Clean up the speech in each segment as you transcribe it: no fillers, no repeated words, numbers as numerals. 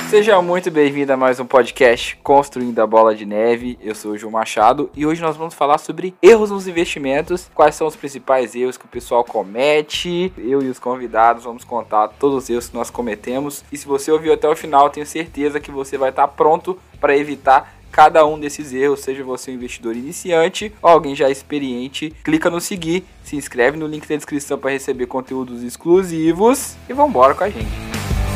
Seja muito bem-vindo a mais um podcast Construindo a Bola de Neve. Eu sou o João Machado e hoje nós vamos falar sobre erros nos investimentos. Quais são os principais erros que o pessoal comete. Eu e os convidados vamos contar todos os erros que nós cometemos. E se você ouviu até o final, tenho certeza que você vai estar pronto para evitar cada um desses erros, seja você um investidor iniciante ou alguém já experiente. Clica no seguir, se inscreve no link da descrição para receber conteúdos exclusivos e vambora com a gente.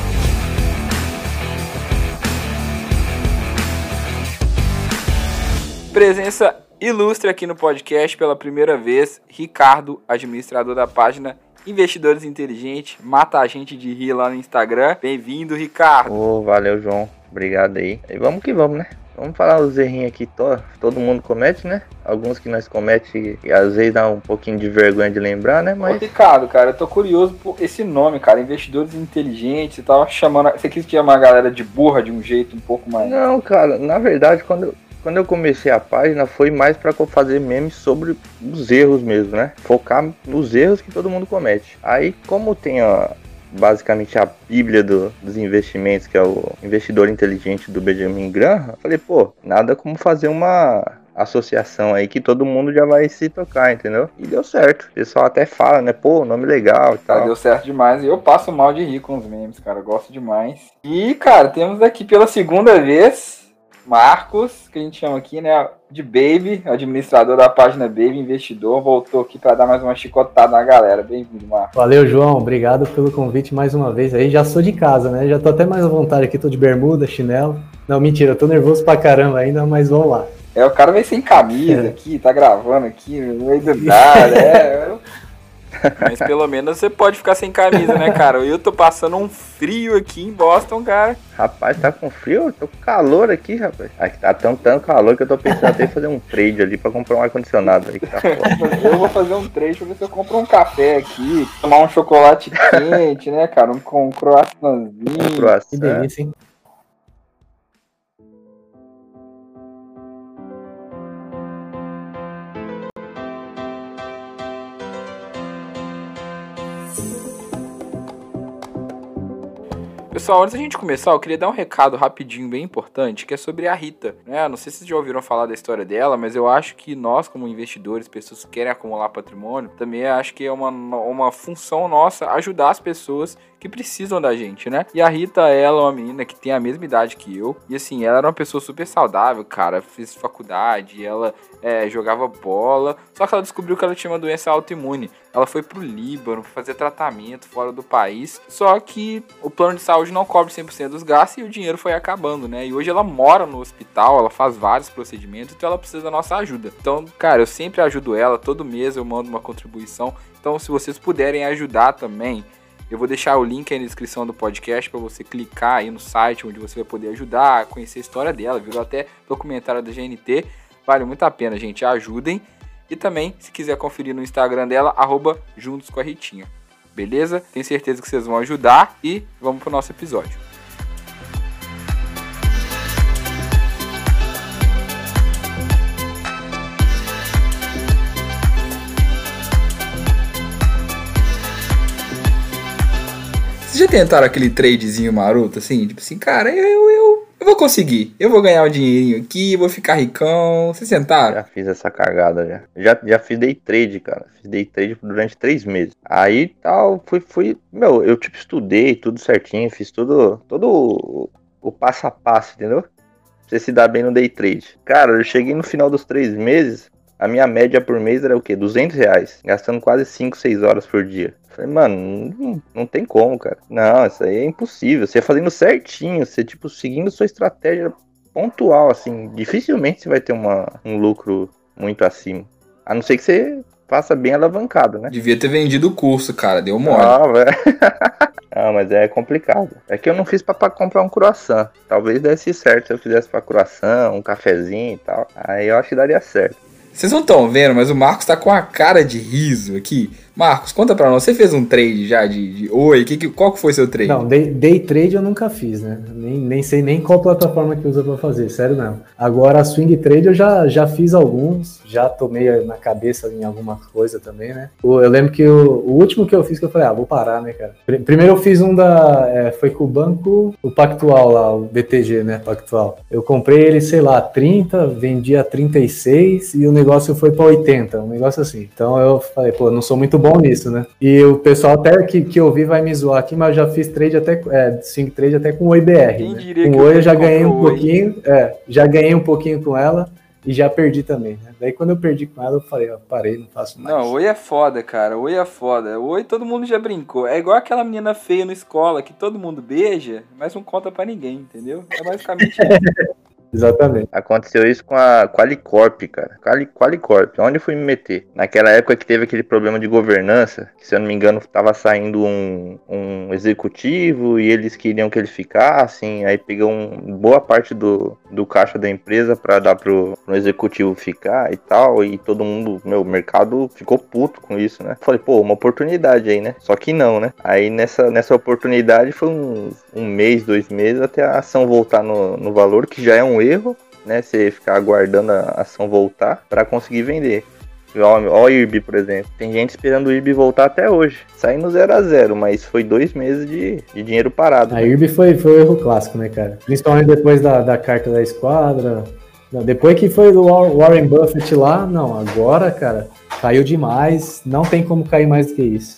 Presença ilustre aqui no podcast pela primeira vez, Ricardo, administrador da página Investidores Inteligentes, mata a gente de rir lá no Instagram. Bem-vindo, Ricardo. Valeu, João. Obrigado aí. E vamos que vamos, né? Vamos falar os errinhos aqui, todo mundo comete, né? Alguns que nós comete e às vezes dá um pouquinho de vergonha de lembrar, né? Mas... Ô, Ricardo, cara, eu tô curioso por esse nome, cara, Investidores Inteligentes. Você tava chamando... Você quis chamar a galera de burra de um jeito um pouco mais... Não, cara, na verdade, quando eu comecei a página, foi mais para fazer memes sobre os erros mesmo, né? Focar nos erros que todo mundo comete. Aí, como tem basicamente a bíblia dos investimentos, que é o Investidor Inteligente do Benjamin Graham, falei, nada como fazer uma associação aí que todo mundo já vai se tocar, entendeu? E deu certo. O pessoal até fala, né? Nome legal e tal. Deu certo demais. E eu passo mal de rir com os memes, cara. Eu gosto demais. E, cara, temos aqui pela segunda vez... Marcos, que a gente chama aqui, né, de Baby, administrador da página Baby Investidor, voltou aqui para dar mais uma chicotada na galera. Bem-vindo, Marcos. Valeu, João. Obrigado pelo convite mais uma vez. Aí já sou de casa, né? Já tô até mais à vontade aqui, tô de bermuda, chinelo. Não, mentira, eu tô nervoso pra caramba ainda, mas vamos lá. O cara veio sem camisa aqui, tá gravando aqui, no meio do nada, Mas pelo menos você pode ficar sem camisa, né, cara? Eu tô passando um frio aqui em Boston, cara. Rapaz, tá com frio? Eu tô com calor aqui, rapaz. Aqui tá tão calor que eu tô pensando até em fazer um trade ali pra comprar um ar-condicionado aí. Tá eu vou fazer um trade pra ver se eu compro um café aqui, tomar um chocolate quente, né, cara? Um croissantzinho. Que delícia, hein? Pessoal, antes da gente começar, eu queria dar um recado rapidinho, bem importante, que é sobre a Rita, né? Não sei se vocês já ouviram falar da história dela, mas eu acho que nós, como investidores, pessoas que querem acumular patrimônio, também acho que é uma função nossa ajudar as pessoas que precisam da gente, né? E a Rita, ela é uma menina que tem a mesma idade que eu, e assim, ela era uma pessoa super saudável, cara, fez faculdade, ela jogava bola, só que ela descobriu que ela tinha uma doença autoimune. Ela foi pro Líbano fazer tratamento fora do país, só que o plano de saúde não cobre 100% dos gastos e o dinheiro foi acabando, né? E hoje ela mora no hospital, ela faz vários procedimentos, então ela precisa da nossa ajuda. Então, cara, eu sempre ajudo ela, todo mês eu mando uma contribuição. Então, se vocês puderem ajudar também, eu vou deixar o link aí na descrição do podcast para você clicar aí no site onde você vai poder ajudar, conhecer a história dela, virou até documentário da GNT. Vale muito a pena, gente, ajudem. E também, se quiser conferir no Instagram dela, @juntoscoaritinha. Beleza? Tenho certeza que vocês vão ajudar e vamos pro nosso episódio. Vocês já tentaram aquele tradezinho maroto, assim? Tipo assim, cara, eu vou conseguir. Eu vou ganhar um dinheirinho aqui, vou ficar ricão. Vocês tentaram? Já fiz essa cagada, já fiz day trade, cara. Fiz day trade durante 3 meses. Aí, tal, fui... eu estudei tudo certinho, fiz todo o passo a passo, entendeu? Pra você se dar bem no day trade. Cara, eu cheguei no final dos 3 meses, a minha média por mês era o quê? R$200, gastando quase 5, 6 horas por dia. Falei, mano, não tem como, cara. Não, isso aí é impossível. Você fazendo certinho, você, seguindo sua estratégia pontual, assim, dificilmente você vai ter um lucro muito acima. A não ser que você faça bem alavancado, né? Devia ter vendido o curso, cara. Deu mole. Não, mas é complicado. É que eu não fiz pra comprar um croissant. Talvez desse certo se eu fizesse pra croissant, um cafezinho e tal. Aí eu acho que daria certo. Vocês não estão vendo, mas o Marcos tá com a cara de riso aqui. Marcos, conta pra nós, você fez um trade já de Oi, qual que foi seu trade? Não, day trade eu nunca fiz, né? Nem sei nem qual plataforma que usa pra fazer, sério mesmo. Agora, swing trade eu já fiz alguns, já tomei na cabeça em alguma coisa também, né? Eu lembro que o último que eu fiz, que eu falei, vou parar, né, cara? Primeiro eu fiz um foi com o banco, o Pactual lá, o BTG, né, Pactual. Eu comprei ele, sei lá, 30, vendi a 36 e o negócio foi pra 80, um negócio assim. Então eu falei, pô, não sou muito bom nisso, né? E o pessoal até que eu vi vai me zoar aqui, mas eu já fiz trade swing trade até com o OIBR, Quem né? diria Com que o Oi eu já ganhei um Oi? pouquinho, já ganhei um pouquinho com ela. E já perdi também, né? Daí quando eu perdi com ela, eu falei, parei, não faço mais. Não, Oi é foda, cara. Oi é foda. Oi todo mundo já brincou. É igual aquela menina feia na escola que todo mundo beija, mas não conta pra ninguém, entendeu? É basicamente isso. Exatamente. Aconteceu isso com a Qualicorp, cara. Qualicorp, onde eu fui me meter? Naquela época que teve aquele problema de governança, que se eu não me engano tava saindo um executivo e eles queriam que ele ficasse, aí pegou boa parte do caixa da empresa pra dar pro executivo ficar e tal, e todo mundo, o mercado ficou puto com isso, né? Falei, pô, uma oportunidade aí, né? Só que não, né? Aí nessa oportunidade foi um mês, 2 meses, até a ação voltar no valor, que já é um erro, né? Você ficar aguardando a ação voltar para conseguir vender. Ó o IRB, por exemplo. Tem gente esperando o IRB voltar até hoje. Sai no 0 a 0, mas foi 2 meses de dinheiro parado. A IRB foi o erro clássico, né, cara? Principalmente depois da carta da esquadra. Depois que foi do Warren Buffett lá, não, agora, cara, caiu demais. Não tem como cair mais do que isso.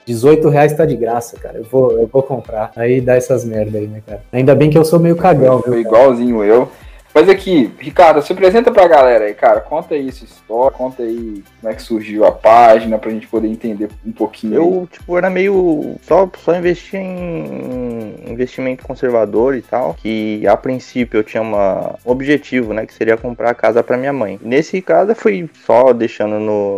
R$18 tá de graça, cara. Eu vou comprar. Aí dá essas merda aí, né, cara? Ainda bem que eu sou meio cagão, viu? Foi igualzinho eu. Mas aqui, Ricardo, se apresenta pra galera aí, cara. Conta aí sua história, conta aí como é que surgiu a página, pra gente poder entender um pouquinho. Eu, era meio... Só investia em investimento conservador e tal, que a princípio eu tinha um objetivo, né, que seria comprar a casa pra minha mãe. Nesse caso, eu fui só deixando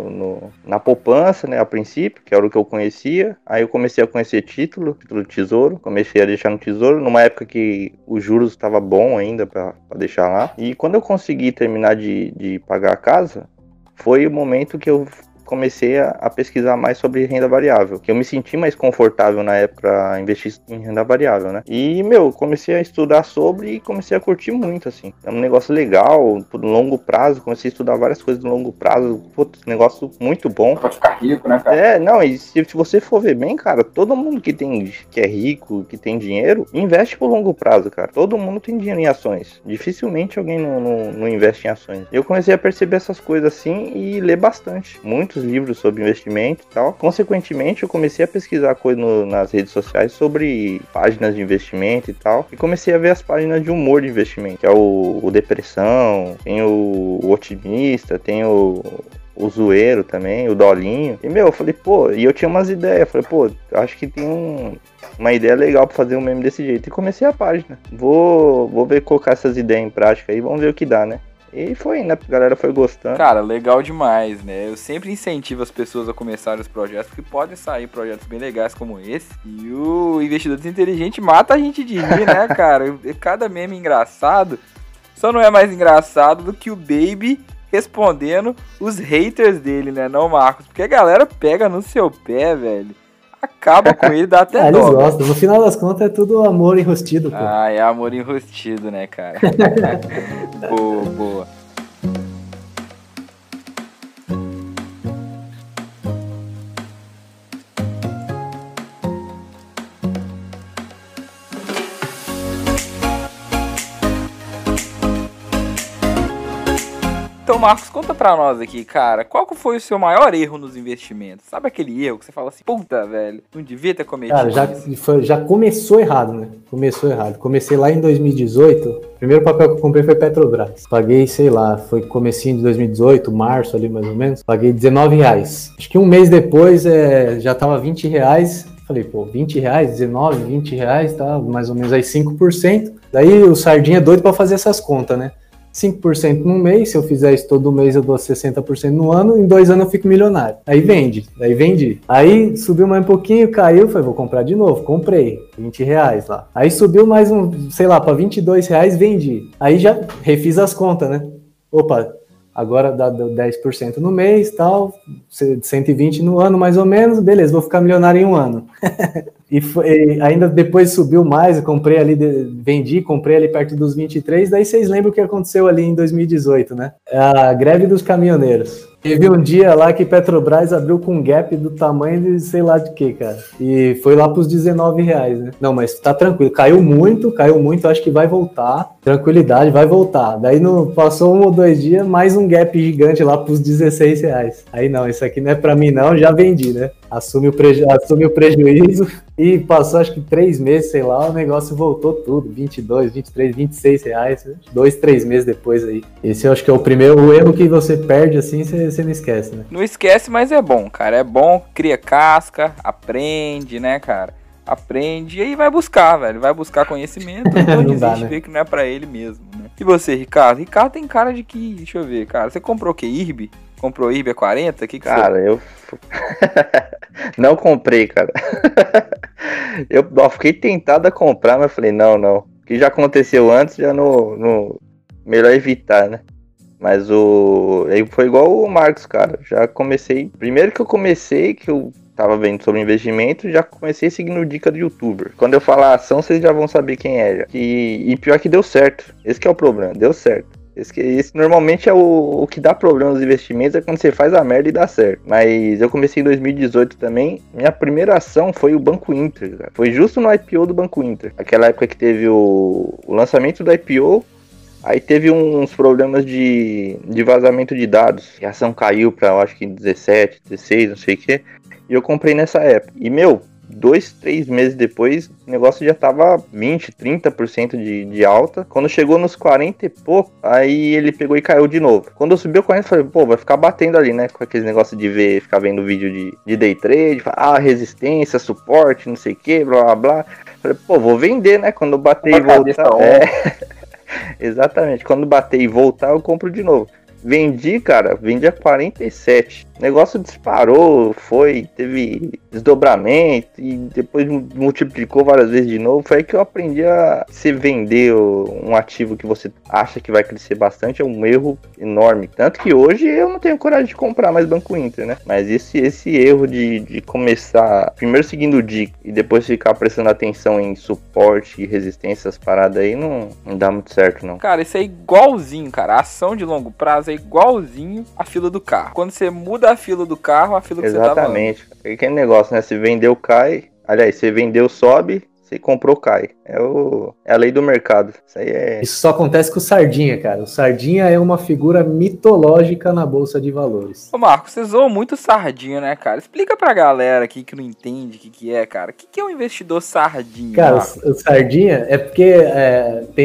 na poupança, né, a princípio, que era o que eu conhecia. Aí eu comecei a conhecer título de tesouro, comecei a deixar no tesouro, numa época que os juros estava bom ainda pra deixar lá. E quando eu consegui terminar de pagar a casa, foi o momento que eu comecei a pesquisar mais sobre renda variável, que eu me senti mais confortável na época para investir em renda variável, né? E, comecei a estudar sobre e comecei a curtir muito, assim. É um negócio legal, por longo prazo, comecei a estudar várias coisas no longo prazo, negócio muito bom. Pra ficar rico, né, cara? E se você for ver bem, cara, todo mundo que é rico, que tem dinheiro, investe por longo prazo, cara. Todo mundo tem dinheiro em ações. Dificilmente alguém não investe em ações. Eu comecei a perceber essas coisas assim e ler bastante. Muitos livros sobre investimento e tal. Consequentemente, eu comecei a pesquisar coisas nas redes sociais sobre páginas de investimento e tal. E comecei a ver as páginas de humor de investimento, que é o Depressão, tem o Otimista, tem o Zoeiro também, o Dolinho. E, eu falei, e eu tinha umas ideias. Falei, acho que tem uma ideia legal pra fazer um meme desse jeito. E comecei a página. Vou ver colocar essas ideias em prática aí, vamos ver o que dá, né? E foi, né? A galera foi gostando. Cara, legal demais, né? Eu sempre incentivo as pessoas a começarem os projetos, porque podem sair projetos bem legais como esse. E o Investidor Inteligente mata a gente de rir, né, cara? Cada meme engraçado só não é mais engraçado do que o Baby respondendo os haters dele, né, não, Marcos? Porque a galera pega no seu pé, velho. Acaba com ele, dá até dó. Eles gostam. No final das contas é tudo amor enrustido, pô. É amor enrustido, né, cara? Boa. Então, Marcos, conta pra nós aqui, cara, qual que foi o seu maior erro nos investimentos? Sabe aquele erro que você fala assim, puta, velho, não devia ter cometido Cara, já começou errado, né? Começou errado. Comecei lá em 2018, o primeiro papel que eu comprei foi Petrobras. Paguei, sei lá, foi comecinho de 2018, março ali mais ou menos, paguei R$19. Acho que um mês depois já tava R$20. Falei, R$20, 19, R$20, tá mais ou menos aí 5%. Daí o Sardinha é doido pra fazer essas contas, né? 5% no mês, se eu fizer isso todo mês eu dou 60% no ano, em 2 anos eu fico milionário. Aí vendi. Aí subiu mais um pouquinho, caiu, falei, vou comprar de novo. Comprei, R$20 lá. Aí subiu mais sei lá, pra R$22, vendi. Aí já refiz as contas, né? Opa, agora dá 10% no mês, tal, 120 no ano mais ou menos, beleza, vou ficar milionário em um ano. E ainda depois subiu mais, eu comprei ali, comprei ali perto dos 23, daí vocês lembram o que aconteceu ali em 2018, né? A greve dos caminhoneiros. Teve um dia lá que Petrobras abriu com um gap do tamanho de sei lá de que, cara. E foi lá pros R$19, né? Não, mas tá tranquilo. Caiu muito, acho que vai voltar. Tranquilidade, vai voltar. Daí passou 1 ou 2 dias, mais um gap gigante lá pros R$16. Aí não, isso aqui não é pra mim não, já vendi, né? Assume o prejuízo e passou acho que 3 meses, sei lá, o negócio voltou tudo, 22, 23, R$26, 2, 3 meses depois aí. Esse eu acho que é o erro que você perde assim, você não esquece, né? Não esquece, mas é bom, cara, é bom, cria casca, aprende, né, cara? Aprende e aí vai buscar, velho, vai buscar conhecimento, então desiste, vê que não é pra ele mesmo, né? E você, Ricardo? Ricardo tem cara de que, deixa eu ver, cara, você comprou o que, IRB? Comprou IRB a 40? Que cara, foi? Eu não comprei, cara. Eu fiquei tentado a comprar, mas falei, não. O que já aconteceu antes, já não melhor evitar, né? Mas aí foi igual o Marcos, cara. Já comecei. Primeiro que eu tava vendo sobre investimento, já comecei seguindo dica do youtuber. Quando eu falar ação, vocês já vão saber quem é. Já. E pior que deu certo. Esse que é o problema, deu certo. Esse normalmente é o que dá problema nos investimentos, é quando você faz a merda e dá certo. Mas eu comecei em 2018 também. Minha primeira ação foi o Banco Inter, cara. Foi justo no IPO do Banco Inter. Aquela época que teve o lançamento do IPO. Aí teve uns problemas de vazamento de dados. A ação caiu pra, eu acho que 17, 16, não sei o que. E eu comprei nessa época. E, 2, 3 meses depois, o negócio já tava 20, 30% de alta. Quando chegou nos 40 e pouco, aí ele pegou e caiu de novo. Quando eu subi o 40, eu falei, vai ficar batendo ali, né? Com aquele negócio de ficar vendo vídeo de day trade, resistência, suporte, não sei o que, blá blá blá. Falei, vou vender, né? Quando bater e voltar. Exatamente, quando bater e voltar, eu compro de novo. Vendi a 47. O negócio disparou, teve desdobramento e depois multiplicou várias vezes de novo. Foi aí que eu aprendi a se vender um ativo que você acha que vai crescer bastante. É um erro enorme. Tanto que hoje eu não tenho coragem de comprar mais Banco Inter, né? Mas esse erro de começar primeiro seguindo dica e depois ficar prestando atenção em suporte e resistência, essas paradas aí, não dá muito certo, não. Cara, isso é igualzinho, cara. A ação de longo prazo é igualzinho a fila do carro. Quando você muda a fila do carro, a fila que exatamente. Você tava... É aquele negócio, né? Se vendeu, cai. Aliás, se vendeu, sobe. Se comprou, cai. É a lei do mercado. Isso só acontece com o Sardinha, cara. O Sardinha é uma figura mitológica na Bolsa de Valores. Ô, Marcos, você zoou muito Sardinha, né, cara? Explica pra galera aqui que não entende o que é, cara. O que é um investidor Sardinha? Cara, o Sardinha é porque tem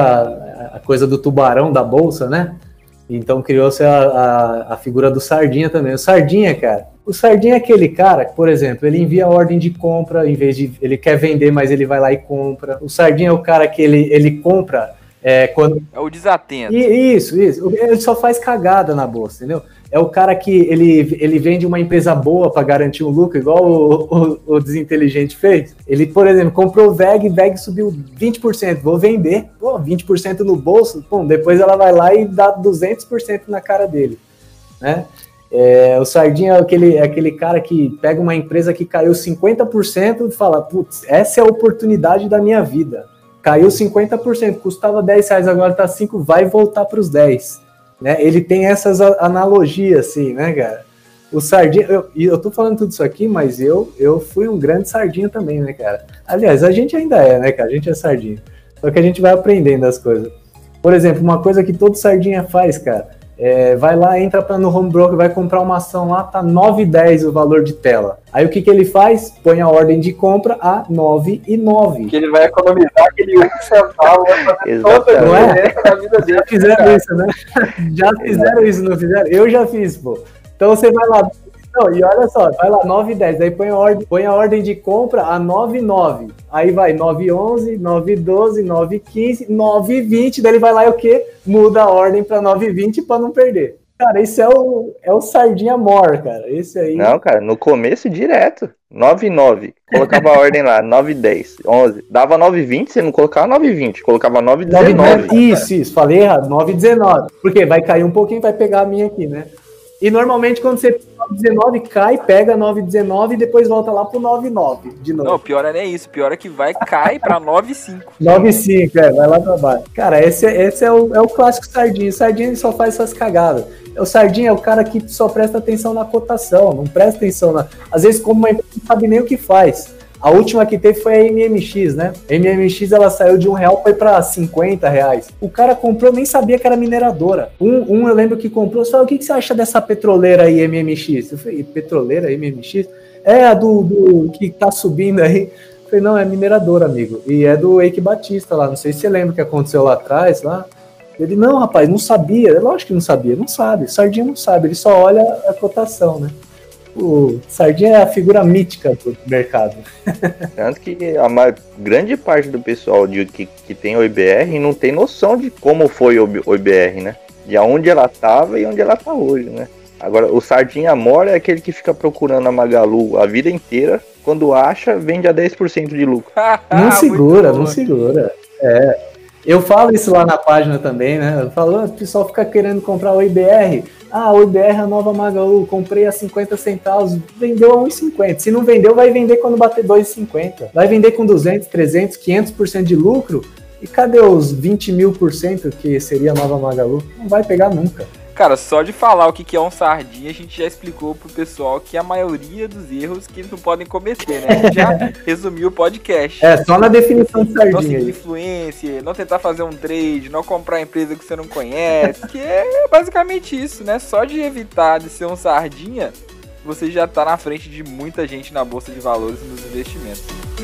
a coisa do tubarão da Bolsa, né? Então criou-se a figura do Sardinha também. O Sardinha é aquele cara que, por exemplo, ele envia a ordem de compra, em vez de... Ele quer vender, mas ele vai lá e compra. O Sardinha é o cara que ele compra quando... É o desatento. Isso. Ele só faz cagada na bolsa, entendeu? É o cara que ele vende uma empresa boa para garantir um lucro, igual o desinteligente fez. Ele, por exemplo, comprou o VEG subiu 20%, vou vender, 20% no bolso, depois ela vai lá e dá 200% na cara dele, né? O Sardinha é aquele cara que pega uma empresa que caiu 50% e fala, putz, essa é a oportunidade da minha vida. Caiu 50%, custava R$10, agora tá 5, vai voltar para os 10. Né? Ele tem essas analogias, assim, né, cara? O Sardinha, eu tô falando tudo isso aqui, mas eu fui um grande Sardinha também, né, cara? Aliás, a gente ainda é, né, cara? A gente é Sardinha. Só que a gente vai aprendendo as coisas. Por exemplo, uma coisa que todo Sardinha faz, cara, vai lá, entra no home broker, vai comprar uma ação lá, tá 9,10 o valor de tela. Aí o que ele faz? Põe a ordem de compra a 9,9. Que ele vai economizar aquele 1 centavo, vai fazer toda a diferença na vida dele. Já fizeram isso, né? Já fizeram isso, não fizeram? Eu já fiz, pô. Então você vai lá... Não, e olha só, vai lá, 9,10, daí põe a ordem de compra a 9,9. Aí vai 9,11, 9,12, 9,15, 9,20, daí ele vai lá e o quê? Muda a ordem para 9,20 para não perder. Cara, esse é o Sardinha Mor, cara. Esse aí. Não, cara, no começo direto. 9,9. Colocava a ordem lá, 9,10, 11. Dava 9,20, você não colocava 9,20, colocava 9,19. Isso. Falei errado, 9,19. Porque vai cair um pouquinho, vai pegar a minha aqui, né? E normalmente quando você 9,19 cai, pega 9,19 e depois volta lá pro 9,9 de novo. Não, pior não é isso. Pior é que cai pra 9,5. 9,5, vai lá pra baixo. Cara, esse é o clássico Sardinha. O Sardinha ele só faz essas cagadas. O Sardinha é o cara que só presta atenção na cotação, não presta atenção na... Às vezes, como uma empresa não sabe nem o que faz. A última que teve foi a MMX, né? A MMX, ela saiu de R$1, foi pra R$50. O cara comprou, nem sabia que era mineradora. Eu lembro que comprou, só o que você acha dessa petroleira aí, MMX? Eu falei, petroleira, MMX? É a do que tá subindo aí. Eu falei, não, é mineradora, amigo. E é do Eike Batista lá, não sei se você lembra o que aconteceu lá atrás, lá. Ele, não, rapaz, não sabia. Lógico que não sabia, não sabe. Sardinha não sabe, ele só olha a cotação, né? O Sardinha é a figura mítica do mercado. Tanto que a grande parte do pessoal que tem o IBR não tem noção de como foi o IBR, né? De onde ela estava e onde ela está hoje, né? Agora, o Sardinha Mor é aquele que fica procurando a Magalu a vida inteira. Quando acha, vende a 10% de lucro. Não segura. Eu falo isso lá na página também, né? Eu falo, o pessoal fica querendo comprar o IBR. O IBR é a nova Magalu, comprei a 50 centavos, vendeu a 1,50. Se não vendeu, vai vender quando bater 2,50. Vai vender com 200, 300, 500% de lucro. E cadê os 20 mil% que seria a nova Magalu? Não vai pegar nunca. Cara, só de falar o que é um sardinha, a gente já explicou pro pessoal que a maioria dos erros que eles não podem cometer, né? A gente já resumiu o podcast. Só na definição de sardinha. Não seguir influência, não tentar fazer um trade, não comprar empresa que você não conhece, que é basicamente isso, né? Só de evitar de ser um sardinha, você já tá na frente de muita gente na bolsa de valores e nos investimentos.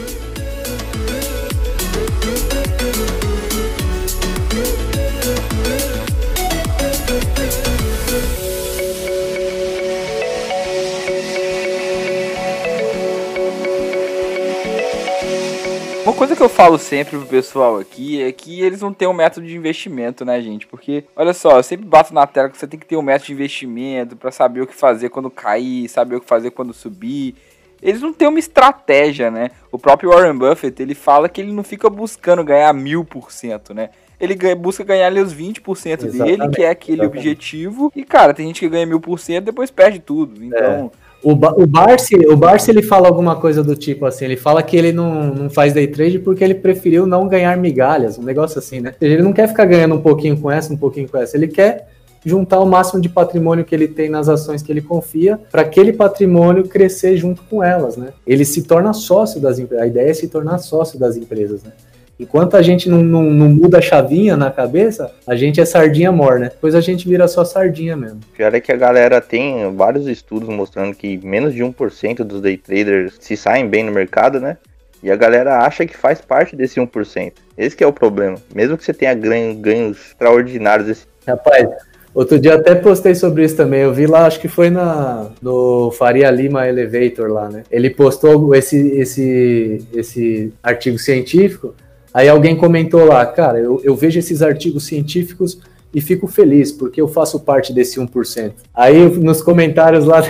Uma coisa que eu falo sempre pro pessoal aqui é que eles não têm um método de investimento, né, gente? Porque, olha só, eu sempre bato na tela que você tem que ter um método de investimento pra saber o que fazer quando cair, saber o que fazer quando subir. Eles não têm uma estratégia, né? O próprio Warren Buffett, ele fala que ele não fica buscando ganhar 1000%, né? Ele busca ganhar ali os 20% dele, que é aquele objetivo. E, cara, tem gente que ganha 1000% e depois perde tudo. Então... O Barsi, ele fala alguma coisa do tipo assim, ele fala que ele não faz day trade porque ele preferiu não ganhar migalhas, um negócio assim, né? Ele não quer ficar ganhando um pouquinho com essa, ele quer juntar o máximo de patrimônio que ele tem nas ações que ele confia para aquele patrimônio crescer junto com elas, né? Ele se torna sócio das empresas, a ideia é se tornar sócio das empresas, né? Enquanto a gente não muda a chavinha na cabeça, a gente é sardinha mor, né? Depois a gente vira só sardinha mesmo. Pior é que a galera tem vários estudos mostrando que menos de 1% dos day traders se saem bem no mercado, né? E a galera acha que faz parte desse 1%. Esse que é o problema. Mesmo que você tenha ganhos extraordinários. Rapaz, outro dia até postei sobre isso também. Eu vi lá, acho que foi no Faria Lima Elevator lá, né? Ele postou esse artigo científico. Aí alguém comentou lá, cara, eu vejo esses artigos científicos e fico feliz, porque eu faço parte desse 1%. Aí nos comentários lá,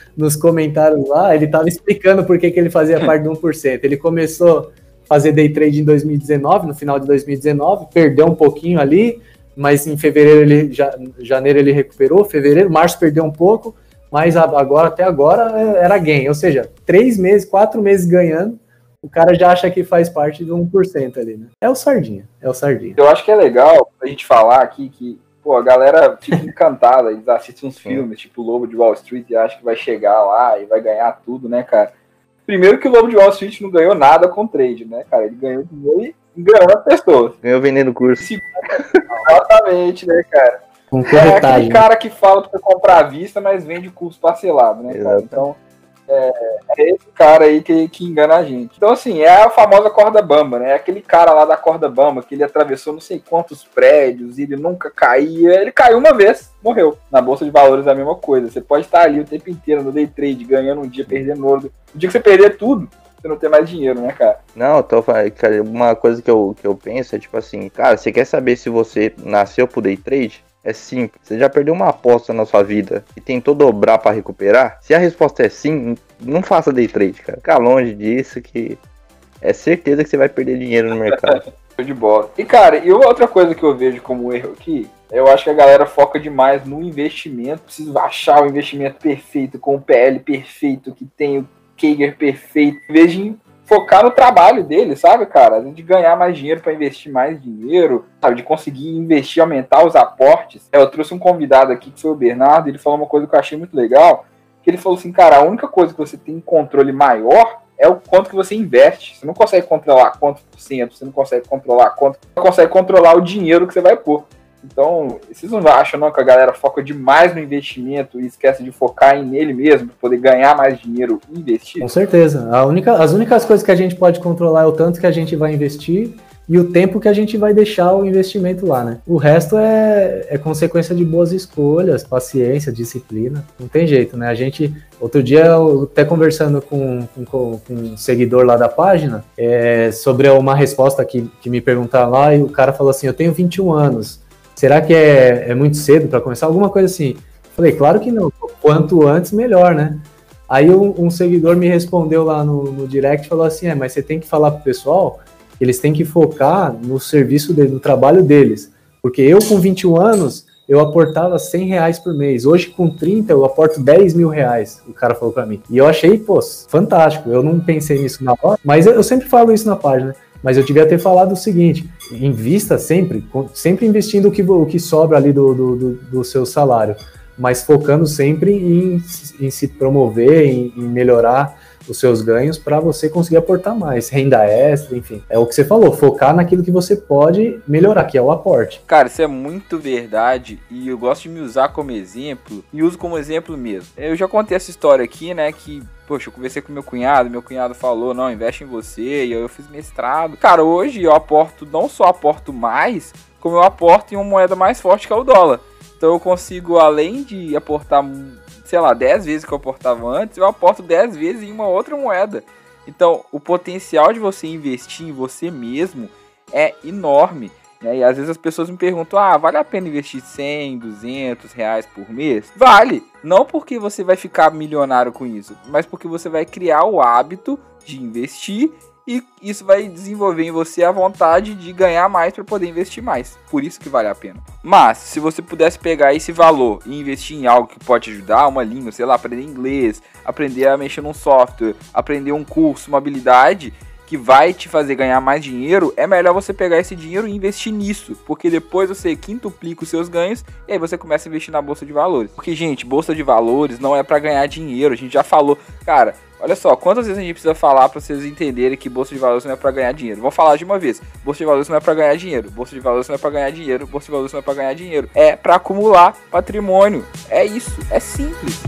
ele tava explicando por que ele fazia parte do 1%. Ele começou a fazer day trade em 2019, no final de 2019, perdeu um pouquinho ali, mas em fevereiro, janeiro ele recuperou, março perdeu um pouco, mas até agora era gain, ou seja, 3 meses, 4 meses ganhando, o cara já acha que faz parte do 1% ali, né? É o Sardinha. Eu acho que é legal a gente falar aqui que, pô, a galera fica encantada, eles assistem uns filmes, tipo o Lobo de Wall Street, e acha que vai chegar lá e vai ganhar tudo, né, cara? Primeiro que o Lobo de Wall Street não ganhou nada com trade, né, cara? Ele ganhou dinheiro e enganou as pessoas. Ganhou vendendo curso. Exatamente, né, cara? Com corretagem. É aquele cara que fala pra você comprar à vista, mas vende curso parcelado, né, cara? Então... É esse cara aí que engana a gente. Então, assim, é a famosa corda bamba, né? É aquele cara lá da corda bamba que ele atravessou não sei quantos prédios e ele nunca caía. Ele caiu uma vez, morreu. Na Bolsa de Valores é a mesma coisa. Você pode estar ali o tempo inteiro no day trade, ganhando um dia, perdendo outro. No dia que você perder tudo, você não tem mais dinheiro, né, cara? Não, tô falando, cara, uma coisa que eu penso é tipo assim, cara, você quer saber se você nasceu pro day trade? é sim. Você já perdeu uma aposta na sua vida e tentou dobrar pra recuperar? Se a resposta é sim, não faça day trade, cara. Fica longe disso que é certeza que você vai perder dinheiro no mercado. Show de bola. E, cara, e outra coisa que eu vejo como erro aqui, eu acho que a galera foca demais no investimento. Precisa achar o investimento perfeito, com o PL perfeito, que tem o Kager perfeito, em vez de focar no trabalho dele, sabe, cara? De ganhar mais dinheiro para investir mais dinheiro, sabe? De conseguir investir, aumentar os aportes. Eu trouxe um convidado aqui, que foi o Bernardo, ele falou uma coisa que eu achei muito legal, que ele falou assim, cara, a única coisa que você tem um controle maior é o quanto que você investe. Você não consegue controlar quanto por cento, você não consegue controlar quanto, você consegue controlar o dinheiro que você vai pôr. Então, vocês não acham não, que a galera foca demais no investimento e esquece de focar nele mesmo, para poder ganhar mais dinheiro e investir? Com certeza. As únicas coisas que a gente pode controlar é o tanto que a gente vai investir e o tempo que a gente vai deixar o investimento lá, né? O resto é consequência de boas escolhas, paciência, disciplina. Não tem jeito, né? Outro dia, eu até conversando com um seguidor lá da página, sobre uma resposta que me perguntaram lá, e o cara falou assim, eu tenho 21 anos, será que é muito cedo para começar? Alguma coisa assim. Falei, claro que não, quanto antes, melhor, né? Aí um seguidor me respondeu lá no direct e falou assim, mas você tem que falar pro pessoal que eles têm que focar no serviço dele, no trabalho deles. Porque eu, com 21 anos, eu aportava R$100 por mês. Hoje, com 30, eu aporto R$10.000, o cara falou pra mim. E eu achei, fantástico. Eu não pensei nisso na hora, mas eu sempre falo isso na página. Mas eu devia ter falado o seguinte, invista sempre investindo o que sobra ali do seu salário, mas focando sempre em se promover, em melhorar os seus ganhos para você conseguir aportar mais, renda extra, enfim. É o que você falou, focar naquilo que você pode melhorar, que é o aporte. Cara, isso é muito verdade e eu gosto de me usar como exemplo e uso como exemplo mesmo. Eu já contei essa história aqui, né, que poxa, eu conversei com meu cunhado falou, não, investe em você, e eu fiz mestrado. Cara, hoje eu não só aporto mais, como eu aporto em uma moeda mais forte que é o dólar. Então eu consigo, além de aportar, 10 vezes que eu aportava antes, eu aporto 10 vezes em uma outra moeda. Então o potencial de você investir em você mesmo é enorme. E às vezes as pessoas me perguntam, vale a pena investir 100, 200 reais por mês? Vale! Não porque você vai ficar milionário com isso, mas porque você vai criar o hábito de investir e isso vai desenvolver em você a vontade de ganhar mais para poder investir mais. Por isso que vale a pena. Mas, se você pudesse pegar esse valor e investir em algo que pode te ajudar, uma língua, aprender inglês, aprender a mexer num software, aprender um curso, uma habilidade que vai te fazer ganhar mais dinheiro, é melhor você pegar esse dinheiro e investir nisso, porque depois você quintuplica os seus ganhos e aí você começa a investir na bolsa de valores. Porque, gente, bolsa de valores não é para ganhar dinheiro, a gente já falou, cara, olha só, quantas vezes a gente precisa falar para vocês entenderem que bolsa de valores não é para ganhar dinheiro? Vou falar de uma vez, bolsa de valores não é para ganhar dinheiro, bolsa de valores não é para ganhar dinheiro, bolsa de valores não é para ganhar dinheiro, é para acumular patrimônio, é isso, é simples.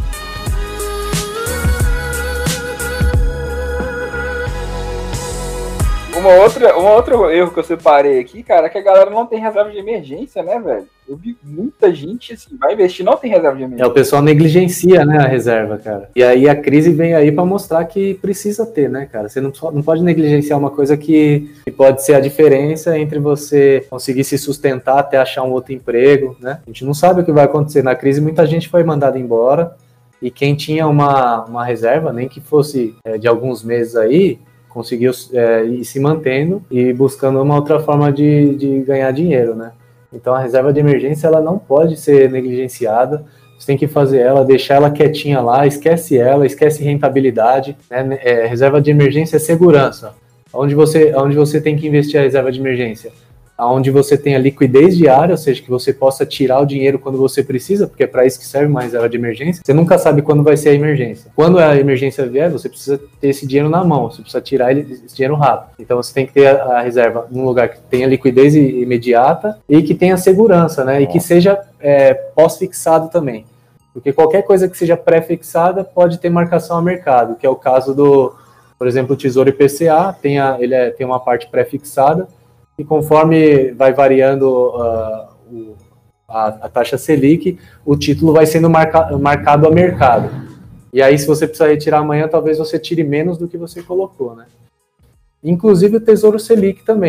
Um outro erro que eu separei aqui, cara, é que a galera não tem reserva de emergência, né, velho? Eu vi muita gente, assim, vai investir não tem reserva de emergência. O pessoal negligencia, né, a reserva, cara. E aí a crise vem aí pra mostrar que precisa ter, né, cara? Você não pode negligenciar uma coisa que pode ser a diferença entre você conseguir se sustentar até achar um outro emprego, né? A gente não sabe o que vai acontecer. Na crise, muita gente foi mandada embora e quem tinha uma reserva, nem que fosse de alguns meses aí, conseguiu ir se mantendo e buscando uma outra forma de ganhar dinheiro, né? Então a reserva de emergência ela não pode ser negligenciada, você tem que fazer ela, deixar ela quietinha lá, esquece rentabilidade, né? Reserva de emergência é segurança. Onde você tem que investir a reserva de emergência? Onde você tem a liquidez diária, ou seja, que você possa tirar o dinheiro quando você precisa, porque é para isso que serve uma reserva de emergência. Você nunca sabe quando vai ser a emergência. Quando a emergência vier, você precisa ter esse dinheiro na mão, você precisa tirar esse dinheiro rápido. Então você tem que ter a reserva num lugar que tenha liquidez imediata e que tenha segurança, né? E que seja pós-fixado também. Porque qualquer coisa que seja pré-fixada pode ter marcação a mercado, que é o caso por exemplo, o Tesouro IPCA, ele tem uma parte pré-fixada, e conforme vai variando a taxa Selic, o título vai sendo marcado a mercado. E aí, se você precisar retirar amanhã, talvez você tire menos do que você colocou, né? Inclusive o Tesouro Selic também.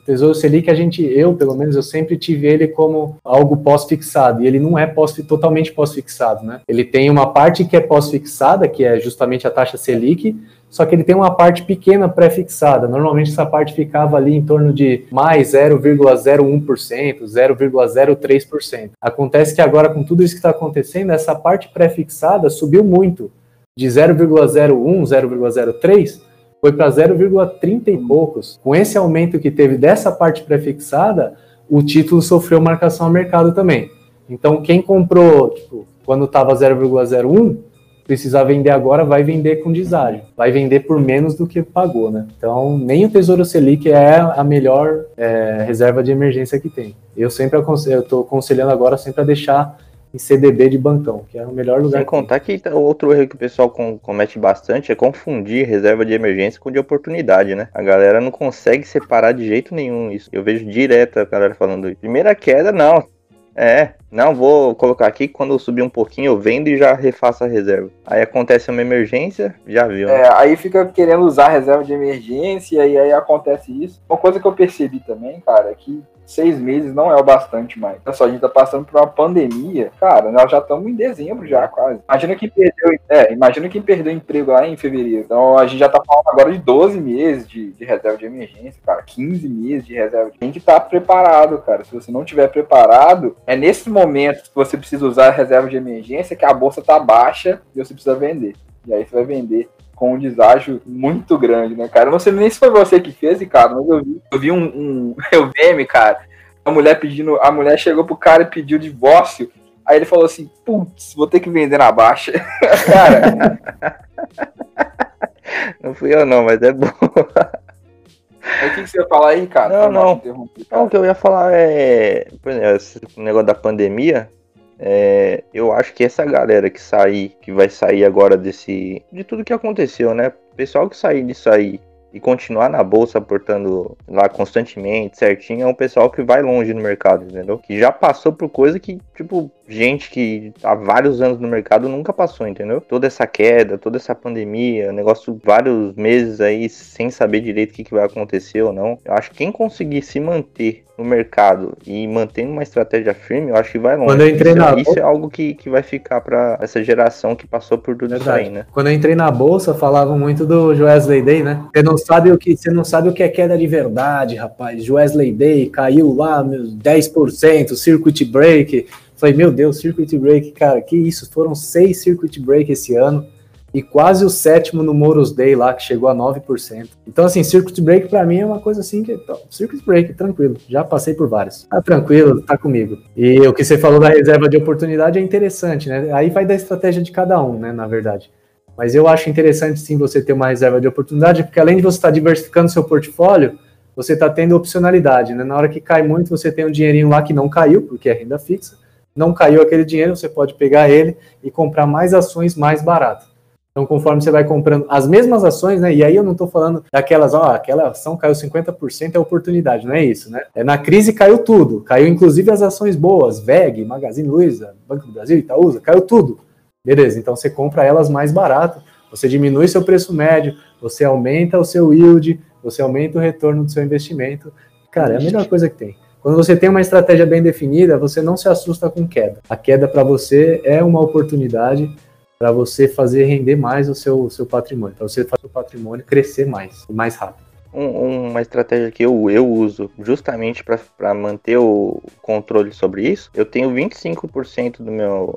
Tesouro Selic, eu pelo menos, eu sempre tive ele como algo pós-fixado, e ele não é totalmente pós-fixado, né? Ele tem uma parte que é pós-fixada, que é justamente a taxa Selic, só que ele tem uma parte pequena pré-fixada. Normalmente essa parte ficava ali em torno de mais 0,01%, 0,03%. Acontece que agora, com tudo isso que está acontecendo, essa parte pré-fixada subiu muito, de 0,01, 0,03%, foi para 0,30 e poucos. Com esse aumento que teve dessa parte pré-fixada, o título sofreu marcação a mercado também. Então, quem comprou, quando estava 0,01, precisar vender agora, vai vender com deságio. Vai vender por menos do que pagou, né? Então, nem o Tesouro Selic é a melhor reserva de emergência que tem. Eu estou aconselhando agora sempre a deixar em CDB de bancão, que é o melhor lugar. Sem contar que outro erro que o pessoal comete bastante é confundir reserva de emergência com de oportunidade, né? A galera não consegue separar de jeito nenhum isso. Eu vejo direto a galera falando isso. Primeira queda, não. Não, vou colocar aqui, quando eu subir um pouquinho eu vendo e já refaço a reserva. Aí acontece uma emergência, já viu, né? Aí fica querendo usar a reserva de emergência e aí acontece isso. Uma coisa que eu percebi também, cara, é que 6 meses não é o bastante mais. Olha só, a gente tá passando por uma pandemia. Cara, nós já estamos em dezembro já, quase. Imagina quem perdeu emprego lá em fevereiro. Então a gente já tá falando agora de 12 meses de reserva de emergência, cara. 15 meses de reserva. Tem que estar preparado, cara. Se você não tiver preparado, é nesse momento que você precisa usar a reserva de emergência que a bolsa tá baixa e você precisa vender. E aí você vai vender com um deságio muito grande, né, cara? Eu não sei nem se foi você que fez, Ricardo, mas eu vi um meme, cara. A mulher chegou pro cara e pediu divórcio. Aí ele falou assim, putz, vou ter que vender na baixa. Cara. Não fui eu não, mas é bom. Mas o que você ia falar aí, cara? Não, o que eu ia falar por exemplo, esse negócio da pandemia. Eu acho que essa galera que vai sair agora de tudo que aconteceu, né? O pessoal que sair disso aí e continuar na bolsa aportando lá constantemente, certinho, é um pessoal que vai longe no mercado, entendeu? Que já passou por coisa que, gente que há vários anos no mercado nunca passou, entendeu? Toda essa queda, toda essa pandemia, negócio vários meses aí sem saber direito o que vai acontecer ou não. Eu acho que quem conseguir se manter no mercado e mantendo uma estratégia firme, eu acho que vai longe. Quando eu entrei isso é algo que vai ficar pra essa geração que passou por tudo isso aí, né? Quando eu entrei na bolsa, falavam muito do Wesley Day, né? Você não sabe o que é queda de verdade, rapaz. Wesley Day caiu lá, 10%, circuit break. Falei, meu Deus, circuit break, cara, que isso? Foram 6 circuit break esse ano e quase o 7º no Moros Day lá, que chegou a 9%. Então, assim, circuit break pra mim é uma coisa assim que, circuit break, tranquilo, já passei por vários. Tá tranquilo, tá comigo. E o que você falou da reserva de oportunidade é interessante, né? Aí vai da estratégia de cada um, né, na verdade. Mas eu acho interessante, sim, você ter uma reserva de oportunidade, porque além de você estar diversificando seu portfólio, você está tendo opcionalidade, né? Na hora que cai muito, você tem um dinheirinho lá que não caiu, porque é renda fixa, não caiu aquele dinheiro, você pode pegar ele e comprar mais ações mais baratas. Então, conforme você vai comprando as mesmas ações, né? E aí eu não estou falando daquelas, aquela ação caiu 50%, é oportunidade, não é isso, né? Na crise caiu tudo, caiu inclusive as ações boas, VEG, Magazine Luiza, Banco do Brasil, Itaúsa, caiu tudo. Beleza, então você compra elas mais barato, você diminui seu preço médio, você aumenta o seu yield, você aumenta o retorno do seu investimento. Cara, é a melhor coisa que tem. Quando você tem uma estratégia bem definida, você não se assusta com queda. A queda para você é uma oportunidade para você fazer render mais o seu patrimônio, para você fazer o patrimônio crescer mais e mais rápido. Uma estratégia que eu uso justamente para manter o controle sobre isso, eu tenho 25% do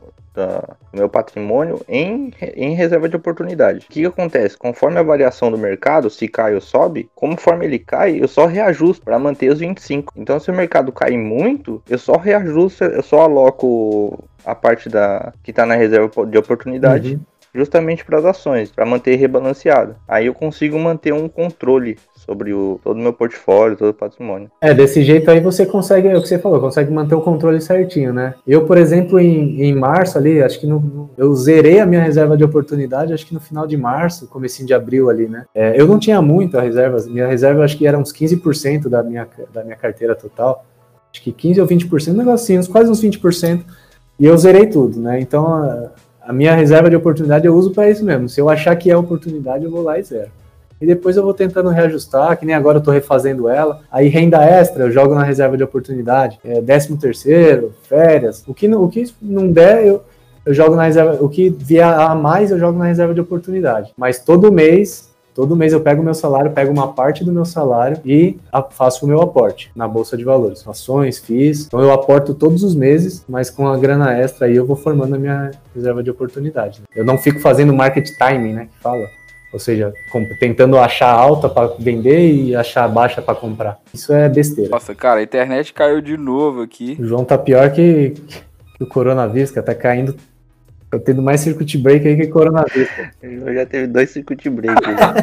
meu patrimônio em reserva de oportunidade. O que acontece? Conforme a variação do mercado, se cai ou sobe, conforme ele cai, eu só reajusto para manter os 25%. Então, se o mercado cair muito, eu só reajusto, eu só aloco a parte que está na reserva de oportunidade, justamente para as ações, para manter rebalanceado. Aí eu consigo manter um controle sobre todo o meu portfólio, todo o patrimônio. Desse jeito aí você consegue, é o que você falou, consegue manter o controle certinho, né? Eu, por exemplo, em março ali, acho que eu zerei a minha reserva de oportunidade, acho que no final de março, comecinho de abril ali, né? Eu não tinha muito a reserva, minha reserva acho que era uns 15% da minha carteira total, acho que 15 ou 20%, um negocinho, quase uns 20%, e eu zerei tudo, né? Então, a minha reserva de oportunidade eu uso para isso mesmo. Se eu achar que é oportunidade, eu vou lá e zero. e depois eu vou tentando reajustar, que nem agora eu tô refazendo ela. Aí renda extra, eu jogo na reserva de oportunidade, 13º, férias, o que não der, eu jogo na reserva, o que vier a mais eu jogo na reserva de oportunidade. Mas todo mês eu pego o meu salário, pego uma parte do meu salário e faço o meu aporte na Bolsa de Valores. Ações, FIIs. Então eu aporto todos os meses, mas com a grana extra aí eu vou formando a minha reserva de oportunidade. Eu não fico fazendo market timing, né, que fala. Ou seja, tentando achar alta para vender e achar baixa para comprar. Isso é besteira. Nossa, cara, a internet caiu de novo aqui. O João tá pior que o coronavírus, que tá caindo. Tô tendo mais circuit break aí que coronavírus. Eu já teve 2 circuit break.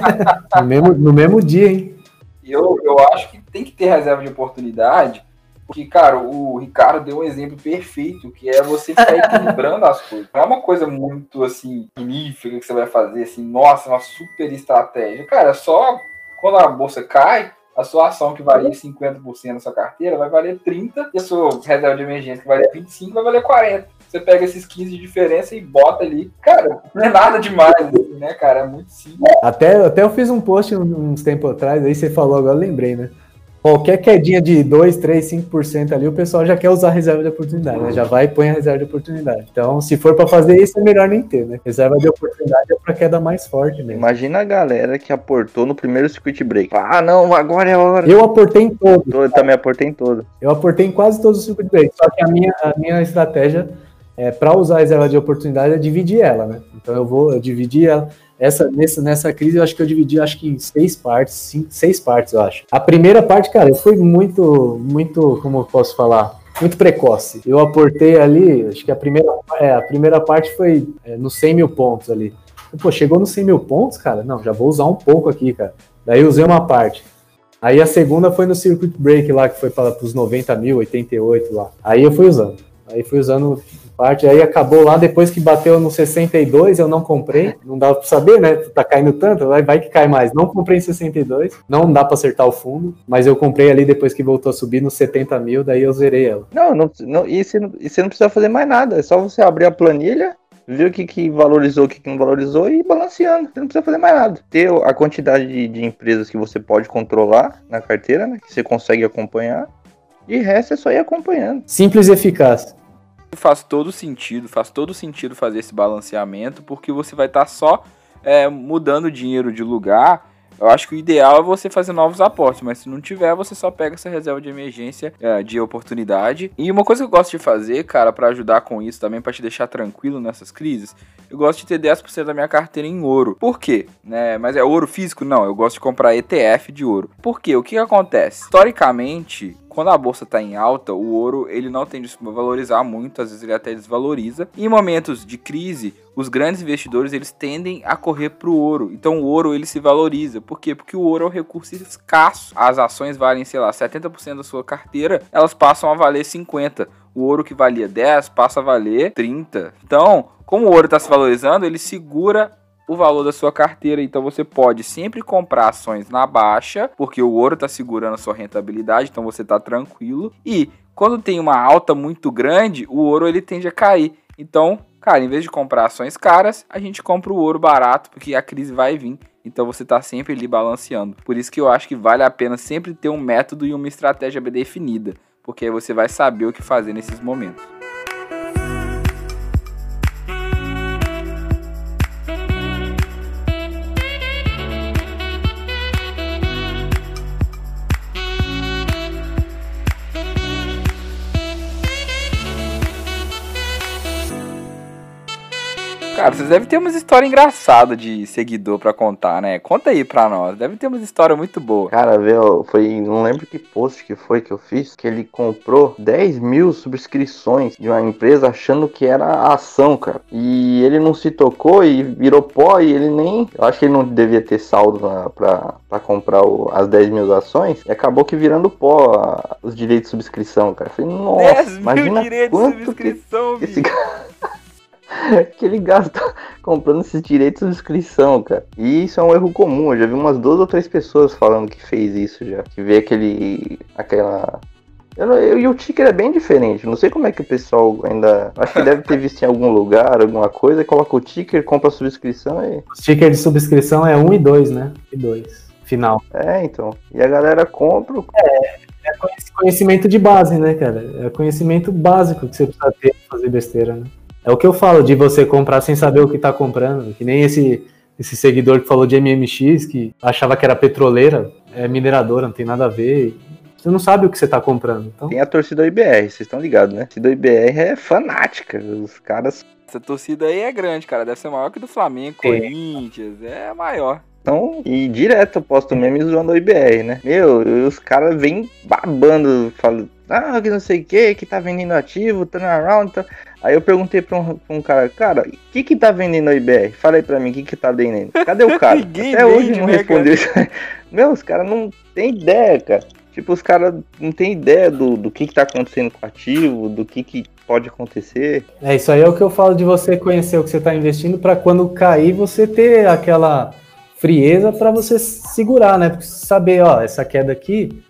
no mesmo dia, hein? Eu acho que tem que ter reserva de oportunidade, porque, cara, o Ricardo deu um exemplo perfeito, que é você ficar equilibrando as coisas. Não é uma coisa muito, assim, magnífica que você vai fazer, assim, nossa, uma super estratégia. Cara, é só quando a bolsa cai, a sua ação que valia 50% na sua carteira vai valer 30%, e a sua reserva de emergência que valia 25% vai valer 40%. Você pega esses 15 de diferença e bota ali. Cara, não é nada demais, assim, né, cara? É muito simples. Até eu fiz um post uns tempos atrás, aí você falou, agora eu lembrei, né? Qualquer quedinha de 2, 3, 5% ali, o pessoal já quer usar a reserva de oportunidade, né? Já vai e põe a reserva de oportunidade. Então, se for pra fazer isso, é melhor nem ter, né? Reserva de oportunidade é pra queda mais forte mesmo. Imagina a galera que aportou no primeiro circuit break. Ah, não, agora é a hora. Eu aportei em todos. Eu também aportei em todo. Eu aportei em quase todos os circuit breaks. Só que a minha estratégia para usar a reserva de oportunidade é dividir ela, né? Então eu dividi ela. Nessa crise eu acho que eu dividi em 6 partes, eu acho. A primeira parte, cara, eu fui muito, como eu posso falar, muito precoce. Eu aportei ali, acho que a primeira parte foi nos 100 mil pontos ali. Pô, chegou nos 100 mil pontos, cara? Não, já vou usar um pouco aqui, cara. Daí eu usei uma parte. Aí a segunda foi no circuit break lá, que foi para os 90 mil, 88 lá. Aí eu fui usando parte, aí acabou lá, depois que bateu no 62, eu não comprei, não dá pra saber, né, tá caindo tanto, vai que cai mais, não comprei em 62, não dá pra acertar o fundo, mas eu comprei ali depois que voltou a subir nos 70 mil, daí eu zerei ela. Não, e você não precisa fazer mais nada, é só você abrir a planilha, ver o que valorizou, o que não valorizou e ir balanceando, você não precisa fazer mais nada. Ter a quantidade de empresas que você pode controlar na carteira, né, que você consegue acompanhar, de resto é só ir acompanhando. Simples e eficaz. Faz todo sentido fazer esse balanceamento, porque você vai estar só mudando dinheiro de lugar. Eu acho que o ideal é você fazer novos aportes, mas se não tiver, você só pega essa reserva de emergência de oportunidade. E uma coisa que eu gosto de fazer, cara, para ajudar com isso também, para te deixar tranquilo nessas crises, eu gosto de ter 10% da minha carteira em ouro. Por quê? Mas é ouro físico? Não, eu gosto de comprar ETF de ouro. Por quê? O que acontece? Historicamente, quando a bolsa está em alta, o ouro ele não tende a se valorizar muito, às vezes ele até desvaloriza. E em momentos de crise, os grandes investidores eles tendem a correr para o ouro. Então o ouro ele se valoriza. Por quê? Porque o ouro é um recurso escasso. As ações valem, 70% da sua carteira, elas passam a valer 50%. O ouro que valia 10 passa a valer 30%. Então, como o ouro está se valorizando, ele segura o valor da sua carteira, então você pode sempre comprar ações na baixa, porque o ouro está segurando a sua rentabilidade, então você está tranquilo, e quando tem uma alta muito grande, o ouro ele tende a cair, então, cara, em vez de comprar ações caras, a gente compra o ouro barato, porque a crise vai vir, então você está sempre ali balanceando, por isso que eu acho que vale a pena sempre ter um método e uma estratégia bem definida, porque aí você vai saber o que fazer nesses momentos. Cara, vocês devem ter umas histórias engraçadas de seguidor pra contar, né? Conta aí pra nós. Deve ter umas histórias muito boas. Cara, não lembro que post que foi que eu fiz, que ele comprou 10 mil subscrições de uma empresa achando que era a ação, cara. E ele não se tocou e virou pó e ele nem... Eu acho que ele não devia ter saldo pra comprar as 10 mil ações. E acabou que virando pó os direitos de subscrição, cara. Eu falei, nossa, 10 mil direitos de subscrição, que esse cara... que ele gasta comprando esses direitos de inscrição, cara. E isso é um erro comum. Eu já vi umas 2 ou 3 pessoas falando que fez isso já. Que vê E o ticker é bem diferente. Não sei como é que o pessoal ainda... Acho que deve ter visto em algum lugar, alguma coisa. Coloca o ticker, compra a subscrição e... O ticker de subscrição é 1 e 2, né? E 2. Final. Então. E a galera compra... É conhecimento de base, né, cara? É conhecimento básico que você precisa ter pra fazer besteira, né? É o que eu falo de você comprar sem saber o que tá comprando. Que nem esse seguidor que falou de MMX, que achava que era petroleira, é mineradora, não tem nada a ver. Você não sabe o que você tá comprando. Então... Tem a torcida IBR, vocês estão ligados, né? A torcida IBR é fanática. Os caras... Essa torcida aí é grande, cara. Deve ser maior que do Flamengo, Corinthians. É maior. Então, e direto eu posto meme zoando o IBR, né? Meu, e os caras vêm babando, falando, que não sei o que tá vendendo ativo, turnaround, tá... Aí eu perguntei pra um cara, o que tá vendendo a IBR? Fala aí pra mim, o que tá vendendo? Cadê o cara? Até hoje não respondeu isso. Meu, os caras não tem ideia, cara. Tipo, os caras não tem ideia do que tá acontecendo com o ativo, do que pode acontecer. Isso aí é o que eu falo de você conhecer o que você tá investindo pra quando cair você ter aquela frieza pra você segurar, né? Porque saber, essa queda aqui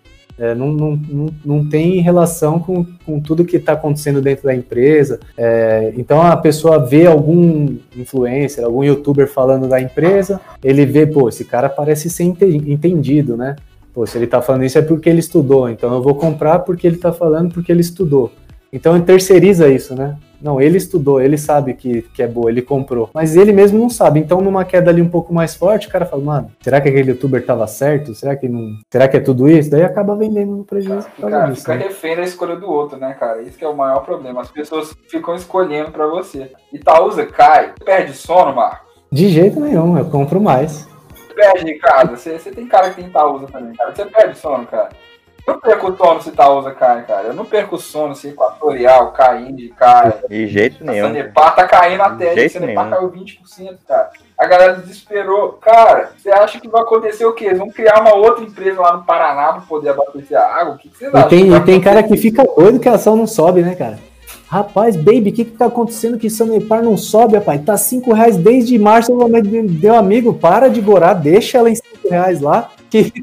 não tem relação com tudo que está acontecendo dentro da empresa. Então a pessoa vê algum influencer, algum youtuber falando da empresa, ele vê, esse cara parece ser entendido, né? Se ele está falando isso é porque ele estudou, então eu vou comprar porque ele está falando porque ele estudou. Então ele terceiriza isso, né? Não, ele estudou, ele sabe que é boa, ele comprou. Mas ele mesmo não sabe. Então, numa queda ali um pouco mais forte, o cara fala, mano, será que aquele youtuber tava certo? Será que não? Será que é tudo isso? Daí acaba vendendo no prejuízo. Fica refém da escolha do outro, né, cara? Isso que é o maior problema. As pessoas ficam escolhendo pra você. Itaúsa cai. Perde sono, Marcos? De jeito nenhum, eu compro mais. Perde, Ricardo. Você tem cara que tem Itaúsa também, cara. Você perde sono, cara. Eu não perco o sono se Itaúsa cai, cara. Eu não perco o sono se Equatorial, Caíndia cai. De jeito nenhum. A Sanepar tá caindo até. A Sanepar caiu 20%, cara. A galera desesperou. Cara, você acha que vai acontecer o quê? Eles vão criar uma outra empresa lá no Paraná pra poder abastecer a água? O que vocês acham? E tem cara que fica doido que a ação não sobe, né, cara? Rapaz, baby, o que tá acontecendo que Sanepar não sobe, rapaz? Tá R$5 desde março, meu amigo, para de gorar, deixa ela em R$5 lá, que...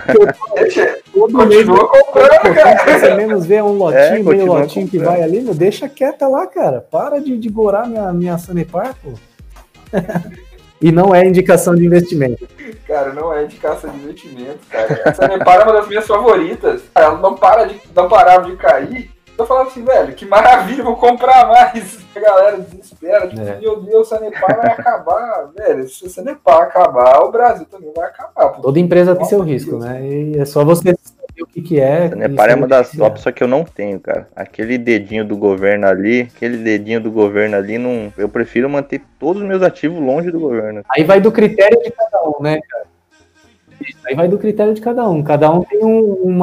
Continua comprando, cara. Você menos vê um lotinho, meio lotinho que vai ali, deixa quieta lá, cara. Para de gorar minha Sanepar, pô. E não é indicação de investimento. Cara, não é indicação de investimento, cara. A Sanepar é uma das minhas favoritas. Ela não parava de cair. Eu falava assim, velho, que maravilha, vou comprar mais. A galera desespera, tipo, meu Deus, o Sanepar vai acabar, velho. Se o Sanepar acabar, o Brasil também vai acabar. Toda empresa tem seu risco, né? E é só você saber o que é. Sanepar é uma das top, só que eu não tenho, cara. Aquele dedinho do governo ali, não, eu prefiro manter todos os meus ativos longe do governo. Aí vai do critério de cada um, né, cara? Aí vai do critério de cada um. Cada um tem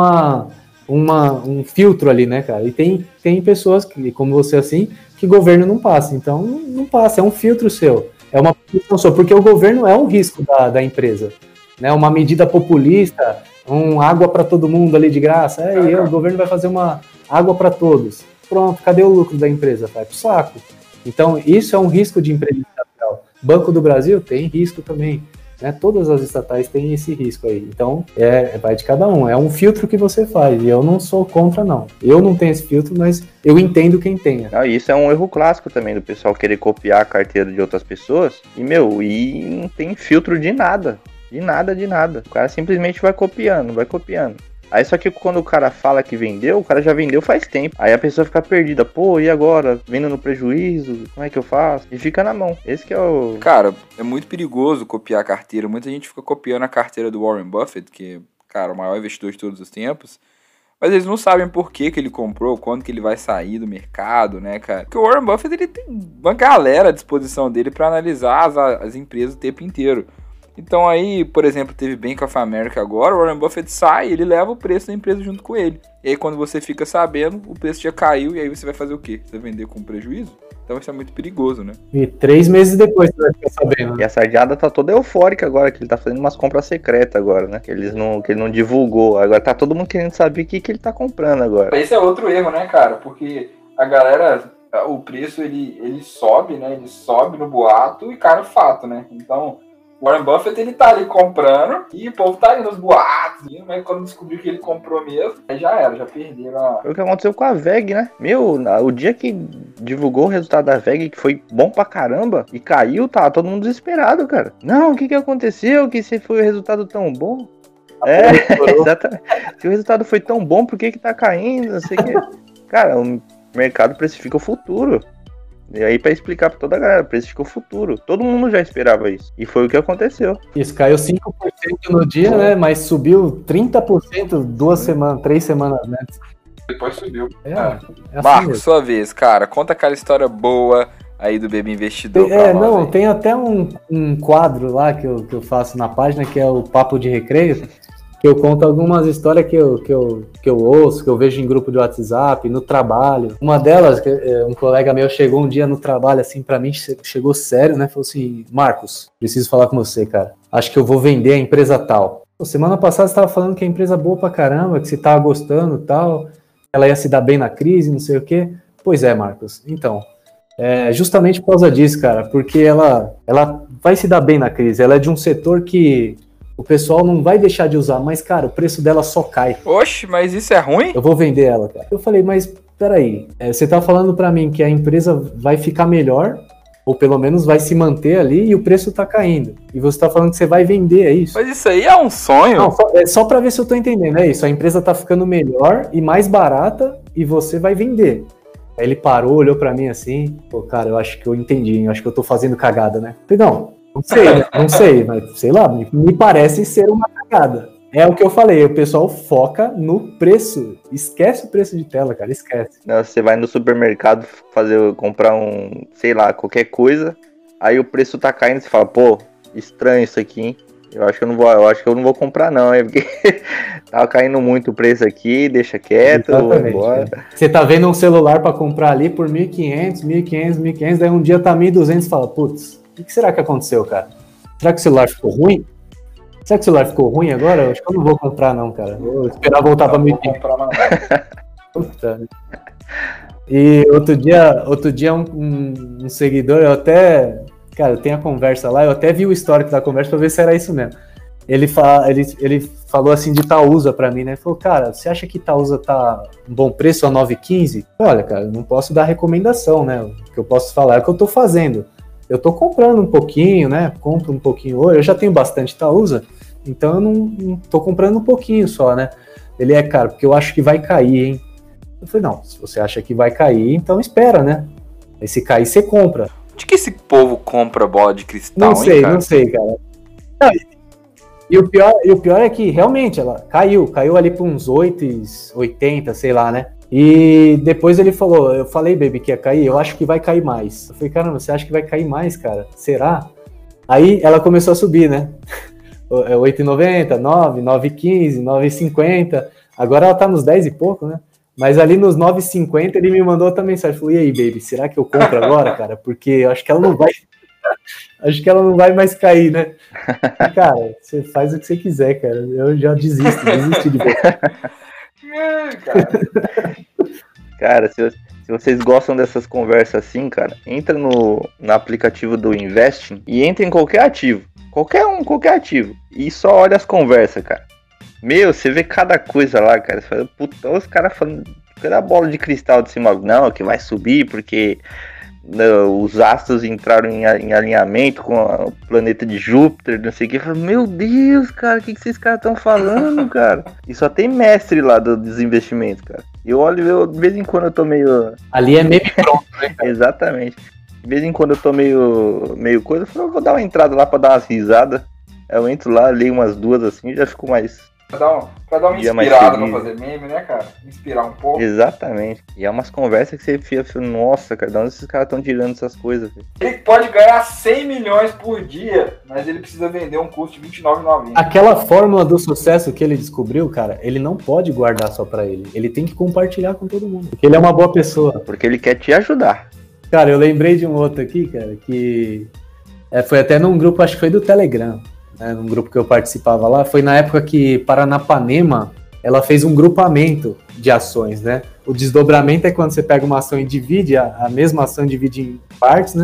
um filtro ali, né, cara? E tem pessoas, como você assim, que governo não passa. Então, não passa, é um filtro seu. É uma posição sua, porque o governo é um risco da empresa. Né? Uma medida populista, água para todo mundo ali de graça. O governo vai fazer uma água para todos. Pronto, cadê o lucro da empresa? Vai pro saco. Então, isso é um risco de empresa estatal. Banco do Brasil tem risco também. Né? Todas as estatais têm esse risco aí. Então, vai de cada um. É um filtro que você faz. E eu não sou contra, não. Eu não tenho esse filtro, mas eu entendo quem tenha. Isso é um erro clássico também, do pessoal querer copiar a carteira de outras pessoas. E não tem filtro de nada. De nada. O cara simplesmente vai copiando. Aí só que quando o cara fala que vendeu, o cara já vendeu faz tempo. Aí a pessoa fica perdida. Pô, e agora? Vendo no prejuízo? Como é que eu faço? E fica na mão. Esse que é o... Cara, é muito perigoso copiar a carteira. Muita gente fica copiando a carteira do Warren Buffett, que, cara, o maior investidor de todos os tempos. Mas eles não sabem por que ele comprou, quando que ele vai sair do mercado, né, cara? Porque o Warren Buffett, ele tem uma galera à disposição dele para analisar as empresas o tempo inteiro. Então aí, por exemplo, teve Bank of America agora, o Warren Buffett sai, ele leva o preço da empresa junto com ele. E aí quando você fica sabendo, o preço já caiu e aí você vai fazer o quê? Você vai vender com prejuízo? Então isso é muito perigoso, né? E 3 meses depois você vai ficar sabendo. Né? E a sarjada tá toda eufórica agora, que ele tá fazendo umas compras secretas agora, né? Que ele não divulgou. Agora tá todo mundo querendo saber o que ele tá comprando agora. Esse é outro erro, né, cara? Porque a galera, o preço ele sobe, né? Ele sobe no boato e cai no fato, né? Então... Warren Buffett, ele tá ali comprando e o povo tá indo nos boatos, mas quando descobriu que ele comprou mesmo, aí já era, já perderam a... Foi o que aconteceu com a VEG, né? O dia que divulgou o resultado da VEG, que foi bom pra caramba, e caiu, tá todo mundo desesperado, cara. Não, o que aconteceu? Que se foi o resultado tão bom? Exatamente. Se o resultado foi tão bom, por que tá caindo? Não sei o que. Cara, o mercado precifica o futuro. E aí, pra explicar pra toda a galera, precifica o futuro. Todo mundo já esperava isso. E foi o que aconteceu. Isso, caiu 5% no dia, né? Mas subiu 30% 3 semanas antes. Depois subiu. Assim Marcos, mesmo. sua vez, cara. Conta aquela história boa aí do Bebê Investidor. Tem até um quadro lá que eu faço na página, que é o Papo de Recreio, que eu conto algumas histórias que eu ouço, que eu vejo em grupo de WhatsApp, no trabalho. Uma delas, um colega meu chegou um dia no trabalho, assim, pra mim, chegou sério, né? Falou assim, Marcos, preciso falar com você, cara. Acho que eu vou vender a empresa tal. Pô, semana passada você tava falando que a empresa é boa pra caramba, que você tava gostando e tal, ela ia se dar bem na crise, não sei o quê. Pois é, Marcos. Então, justamente por causa disso, cara, porque ela vai se dar bem na crise. Ela é de um setor que o pessoal não vai deixar de usar, mas, cara, o preço dela só cai. Oxe, mas isso é ruim? Eu vou vender ela, cara. Eu falei, mas peraí, você tá falando pra mim que a empresa vai ficar melhor, ou pelo menos vai se manter ali, e o preço tá caindo. E você tá falando que você vai vender, é isso? Mas isso aí é um sonho? Não, só pra ver se eu tô entendendo, é isso. A empresa tá ficando melhor e mais barata, e você vai vender. Aí ele parou, olhou pra mim assim, pô, cara, eu acho que eu entendi, eu acho que eu tô fazendo cagada, né? Falei, não sei, mas sei lá, me parece ser uma cagada. É o que eu falei, o pessoal foca no preço, esquece o preço de tela, cara, esquece. Não, você vai no supermercado comprar sei lá, qualquer coisa, aí o preço tá caindo, você fala, pô, estranho isso aqui, hein? Eu acho que eu não vou comprar não, porque tava caindo muito o preço aqui, deixa quieto, vou embora. Você tá vendo um celular pra comprar ali por 1.500, 1.500, daí um dia tá 1.200 e fala, putz, o que será que aconteceu, cara? Será que o celular ficou ruim? Será que o celular ficou ruim agora? Eu acho que eu não vou comprar não, cara. Vou esperar voltar pra 1.500. Puta. E outro dia um seguidor, cara, eu tenho a conversa lá, eu até vi o histórico da conversa pra ver se era isso mesmo. Ele falou assim de Itaúsa pra mim, né? Ele falou, cara, você acha que Itaúsa tá um bom preço a 9,15? Olha, cara, eu não posso dar recomendação, né? O que eu posso falar é o que eu tô fazendo. Eu tô comprando um pouquinho, né? Compro um pouquinho hoje, eu já tenho bastante Itaúsa, então eu não tô comprando um pouquinho só, né? Ele cara, porque eu acho que vai cair, hein? Eu falei, não, se você acha que vai cair, então espera, né? Aí se cair, você compra. De que esse povo compra bola de cristal, Não sei, cara. Não, e o pior é que realmente ela caiu ali para uns 8,80, sei lá, né? E depois ele falou, eu falei, baby, que ia cair, eu acho que vai cair mais. Eu falei, caramba, você acha que vai cair mais, cara? Será? Aí ela começou a subir, né? 8,90, 9, 9,15, 9,50. Agora ela tá nos 10 e pouco, né? Mas ali nos 9,50 ele me mandou outra mensagem. Falou, e aí, baby, será que eu compro agora, cara? Porque eu acho que ela não vai... Acho que ela não vai mais cair, né? E, cara, você faz o que você quiser, cara. Eu já desisti de ver. Cara, se vocês gostam dessas conversas assim, cara, entra no aplicativo do Investing e entra em qualquer ativo. Qualquer ativo. E só olha as conversas, cara. Meu, você vê cada coisa lá, cara. Você fala, puta, os caras falando da bola de cristal de cima. Não, que vai subir porque os astros entraram em alinhamento com o planeta de Júpiter, não sei o que. Eu falo, meu Deus, cara, o que esses caras estão falando, cara? E só tem mestre lá dos investimentos, cara. De vez em quando eu tô meio... Ali é meme pronto, né, cara? Exatamente. De vez em quando eu tô meio coisa, eu falo, eu vou dar uma entrada lá pra dar umas risadas. Eu entro lá, leio umas duas assim, já fico mais... Pra dar uma inspirada pra fazer meme, né, cara? Inspirar um pouco. Exatamente. E é umas conversas que você fica, nossa, cara, de onde esses caras estão tirando essas coisas? Filho? Ele pode ganhar 100 milhões por dia, mas ele precisa vender um curso de R$29,90. Aquela fórmula do sucesso que ele descobriu, cara, ele não pode guardar só pra ele. Ele tem que compartilhar com todo mundo. Porque ele é uma boa pessoa. Porque ele quer te ajudar. Cara, eu lembrei de um outro aqui, cara, que foi até num grupo, acho que foi do Telegram. Num grupo que eu participava lá, foi na época que Paranapanema, ela fez um grupamento de ações, né? O desdobramento é quando você pega uma ação e divide, a mesma ação divide em partes, né?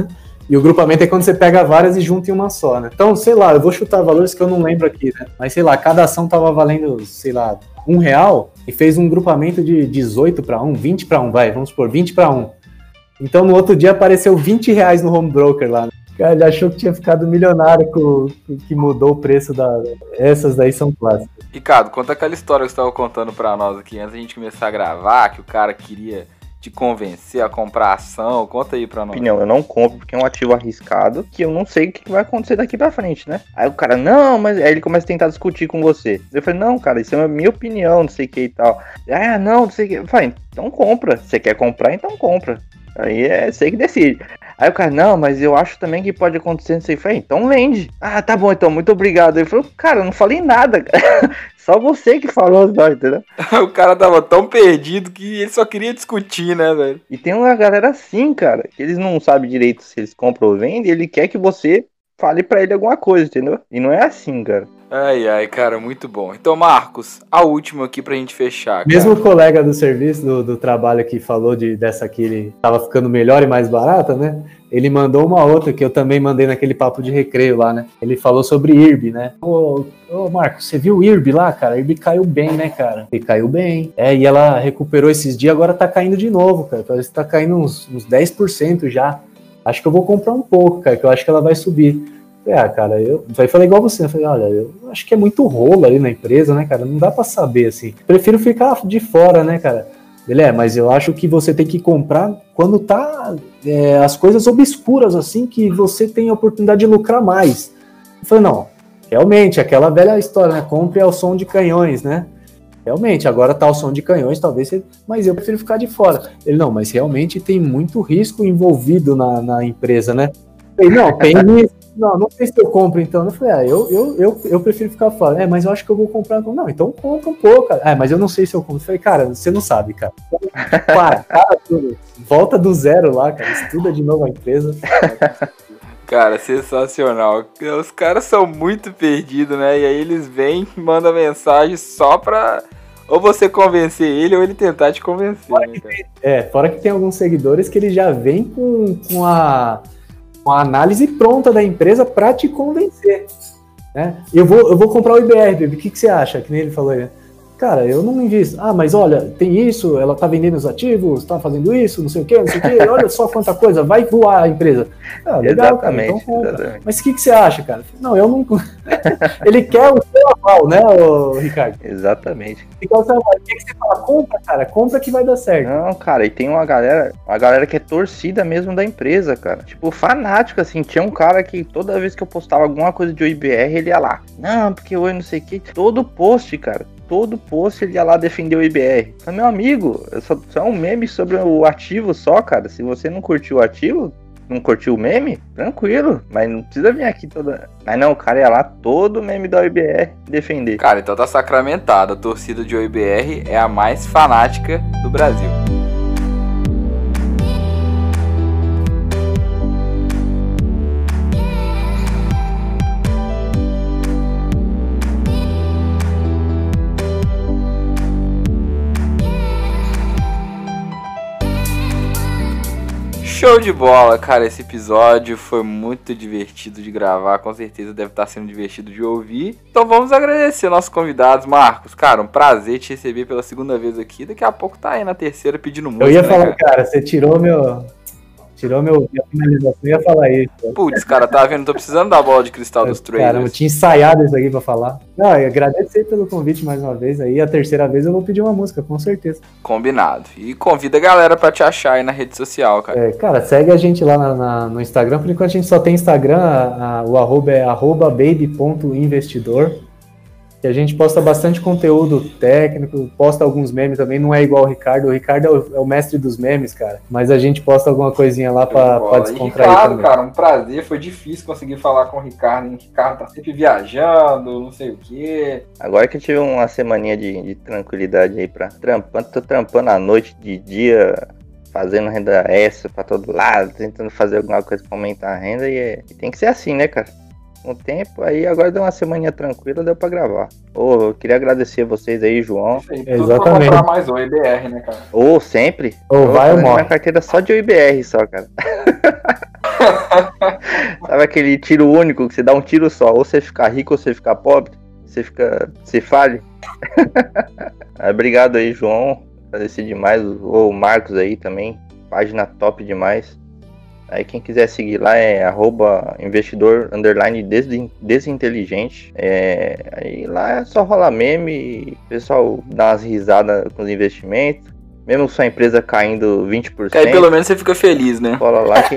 E o grupamento é quando você pega várias e junta em uma só, né? Então, sei lá, eu vou chutar valores que eu não lembro aqui, né? Mas, sei lá, cada ação tava valendo, sei lá, R$1 e fez um grupamento de 18 para 1, 20 para 1, vamos supor, 20 para 1. Então, no outro dia apareceu R$20 no home broker lá. Cara, ele achou que tinha ficado milionário que mudou o preço essas daí são clássicas. Ricardo, conta aquela história que você estava contando para nós aqui antes da gente começar a gravar, que o cara queria te convencer a comprar ação. Conta aí pra nós. Opinião, eu não compro porque é um ativo arriscado que eu não sei o que vai acontecer daqui pra frente, né? Aí o cara, não, mas aí ele começa a tentar discutir com você. Eu falei, não, cara, isso é a minha opinião, não sei o que e tal. Ah, não sei o que. Eu falei, então compra. Você quer comprar, então compra. Aí é você que decide. Aí o cara, não, mas eu acho também que pode acontecer, não sei. Eu falei, então vende. Ah, tá bom, então, muito obrigado. Ele falou, cara, eu não falei nada, cara. Só você que falou, entendeu? O cara tava tão perdido que ele só queria discutir, né, velho? E tem uma galera assim, cara, que eles não sabem direito se eles compram ou vendem, ele quer que você fale pra ele alguma coisa, entendeu? E não é assim, cara. Ai, cara, muito bom. Então, Marcos, a última aqui pra gente fechar. Mesmo o colega do serviço, do trabalho que falou dessa que ele tava ficando melhor e mais barata, né? Ele mandou uma outra que eu também mandei naquele papo de recreio lá, né? Ele falou sobre IRB, né? Ô Marcos, você viu o IRB lá, cara? O IRB caiu bem, né, cara? Ele caiu bem. E ela recuperou esses dias, agora tá caindo de novo, cara. Parece que tá caindo uns 10% já. Acho que eu vou comprar um pouco, cara, que eu acho que ela vai subir. Cara, eu falei igual você, eu falei, olha, eu acho que é muito rolo ali na empresa, né, cara, não dá pra saber, assim, prefiro ficar de fora, né, cara, mas eu acho que você tem que comprar quando tá as coisas obscuras, assim, que você tem a oportunidade de lucrar mais. Eu falei, não, realmente, aquela velha história, né, compre ao som de canhões, né, realmente, agora tá o som de canhões, talvez, mas eu prefiro ficar de fora. Ele, não, mas realmente tem muito risco envolvido na empresa, né. Eu falei, não, tem risco. Não sei se eu compro, então. Eu falei, eu prefiro ficar fora. Mas eu acho que eu vou comprar. Não, então compra um pouco, cara. Mas eu não sei se eu compro. Eu falei, cara, você não sabe, cara. Para tudo. Volta do zero lá, cara. Estuda de novo a empresa. Cara, sensacional. Os caras são muito perdidos, né? E aí eles vêm e mandam mensagem só pra ou você convencer ele ou ele tentar te convencer, né, cara? Fora que tem alguns seguidores que eles já vêm com a análise pronta da empresa para te convencer, né? Eu vou comprar o IBR, baby. O que você acha? Que nem ele falou aí, né? Cara, eu não invisto. Mas olha, tem isso, ela tá vendendo os ativos, tá fazendo isso, não sei o quê, olha só quanta coisa, vai voar a empresa. Legal, cara, então compra. Exatamente. Mas o que você acha, cara? Não, eu não... Ele quer o seu aval, né, Ricardo? Exatamente. Então, o que você fala? Compra, cara, compra que vai dar certo. Não, cara, e tem uma galera que é torcida mesmo da empresa, cara. Tipo, fanático, assim. Tinha um cara que toda vez que eu postava alguma coisa de OIBR, ele ia lá. Não, porque eu não sei o que. Todo post, cara. Todo post ele ia lá defender o IBR. Falei, meu amigo, só é um meme sobre o ativo só, cara. Se você não curtiu o ativo, não curtiu o meme, tranquilo. Mas não precisa vir aqui toda... Mas não, o cara ia lá todo meme da OIBR defender. Cara, então tá sacramentado. A torcida de OIBR é a mais fanática do Brasil. Show de bola, cara, esse episódio foi muito divertido de gravar, com certeza deve estar sendo divertido de ouvir. Então vamos agradecer nossos convidados. Marcos, cara, um prazer te receber pela segunda vez aqui, daqui a pouco tá aí na terceira pedindo música. Eu ia falar, cara, você tirou minha finalização, eu ia falar isso. Putz, cara, tá vendo? Tô precisando da bola de cristal dos trailers. Cara, eu tinha ensaiado isso aqui pra falar. Não, eu agradecer pelo convite mais uma vez aí. A terceira vez eu vou pedir uma música, com certeza. Combinado. E convida a galera pra te achar aí na rede social, cara. Cara, segue a gente lá no Instagram. Por enquanto a gente só tem Instagram, o arroba é @baby.investidor. E a gente posta bastante conteúdo técnico, posta alguns memes também, não é igual o Ricardo é o mestre dos memes, cara, mas a gente posta alguma coisinha lá pra descontrair Ricardo, também. Cara, um prazer, foi difícil conseguir falar com o Ricardo, hein? O Ricardo tá sempre viajando, não sei o quê. Agora que eu tive uma semaninha de tranquilidade aí tô trampando à noite, de dia, fazendo renda extra pra todo lado, tentando fazer alguma coisa pra aumentar a renda e tem que ser assim, né, cara? Um tempo, aí agora deu uma semaninha tranquila, deu pra gravar. Eu queria agradecer vocês aí, João. Exatamente. Pra comprar mais o IBR, né, cara? Sempre. Vai ou morre. Minha carteira só de OIBR só, cara. Sabe aquele tiro único que você dá um tiro só, ou você ficar rico ou você ficar pobre? Você fale. Obrigado aí, João. Agradecer demais. O Marcos aí também. Página top demais. Aí quem quiser seguir lá é @investidor_desinteligente. Aí lá é só rolar meme e o pessoal dá umas risadas com os investimentos. Mesmo sua empresa caindo 20%. Aí pelo menos você fica feliz, né? Cola lá que...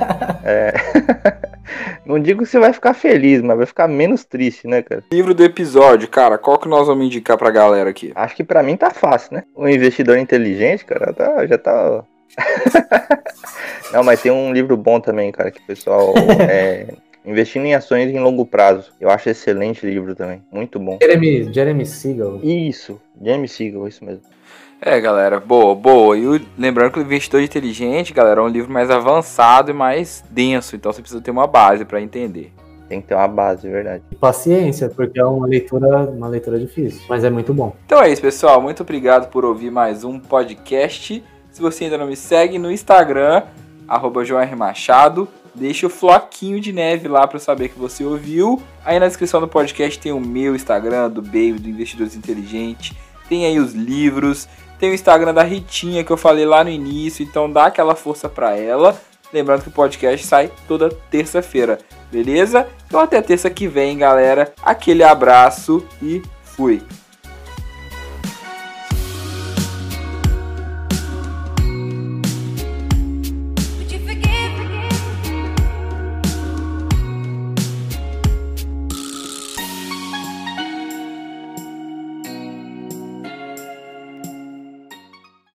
Não digo que você vai ficar feliz, mas vai ficar menos triste, né, cara? Livro do episódio, cara, qual que nós vamos indicar pra galera aqui? Acho que pra mim tá fácil, né? O Investidor Inteligente, cara, já tá... Não, mas tem um livro bom também, cara, que o pessoal... Investindo em ações em longo prazo. Eu acho excelente livro também. Muito bom. Jeremy Siegel. Isso, Jeremy Siegel, isso mesmo. Galera, boa. E lembrando que o Investidor Inteligente, galera, é um livro mais avançado e mais denso. Então você precisa ter uma base pra entender. Tem que ter uma base, é verdade. E paciência, porque é uma leitura difícil. Mas é muito bom. Então é isso, pessoal. Muito obrigado por ouvir mais um podcast. Se você ainda não me segue no Instagram, @JoãoRMachado, deixa o floquinho de neve lá pra eu saber que você ouviu. Aí na descrição do podcast tem o meu Instagram, do Baby, do Investidores Inteligentes. Tem aí os livros. Tem o Instagram da Ritinha que eu falei lá no início, então dá aquela força pra ela. Lembrando que o podcast sai toda terça-feira, beleza? Então até terça que vem, galera. Aquele abraço e fui!